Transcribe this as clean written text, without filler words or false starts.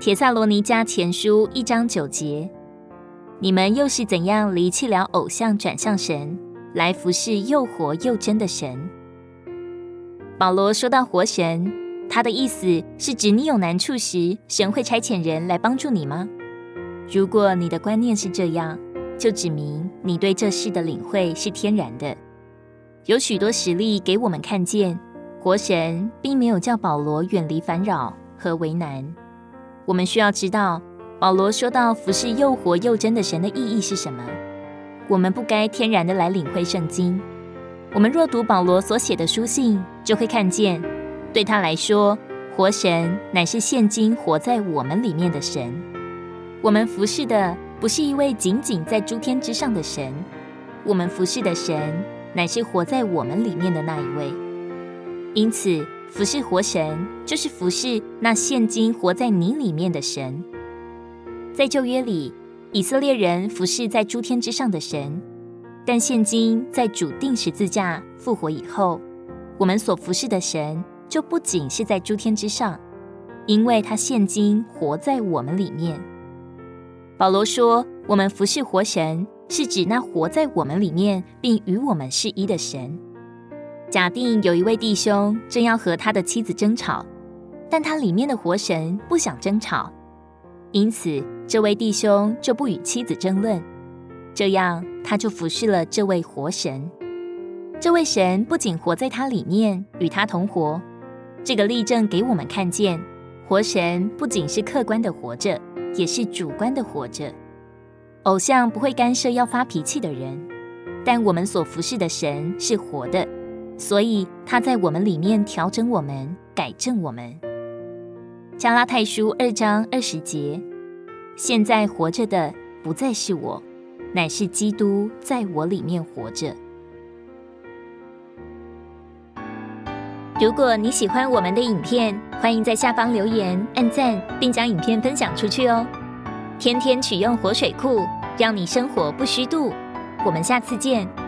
帖撒罗尼迦前书1章9节，你们又是怎样离弃了偶像，转向神，来服侍又活又真的神。保罗说到活神，他的意思是指你有难处时，神会差遣人来帮助你吗？如果你的观念是这样，就指明你对这事的领会是天然的。有许多实例给我们看见，活神并没有叫保罗远离烦扰和为难。我们需要知道，保罗说到服侍又活又真的神的意义是什么。我们不该天然的来领会圣经。我们若读保罗所写的书信，就会看见，对他来说，活神乃是现今活在我们里面的神。我们服侍的不是一位仅仅在诸天之上的神，我们服侍的神乃是活在我们里面的那一位。因此，服侍活神就是服侍那现今活在你里面的神。在旧约里，以色列人服侍在诸天之上的神，但现今在主钉十字架复活以后，我们所服侍的神就不仅是在诸天之上，因为他现今活在我们里面。保罗说，我们服侍活神，是指那活在我们里面并与我们是一的神。假定有一位弟兄正要和他的妻子争吵，但他里面的活神不想争吵，因此这位弟兄就不与妻子争论，这样他就服侍了这位活神。这位神不仅活在他里面，与他同活，这个例证给我们看见，活神不仅是客观的活着，也是主观的活着。偶像不会干涉要发脾气的人，但我们所服侍的神是活的，所以他在我们里面调整我们，改正我们。加拉太书2章20节，现在活着的不再是我，乃是基督在我里面活着。如果你喜欢我们的影片，欢迎在下方留言、按赞，并将影片分享出去哦。天天取用活水库，让你生活不虚度。我们下次见。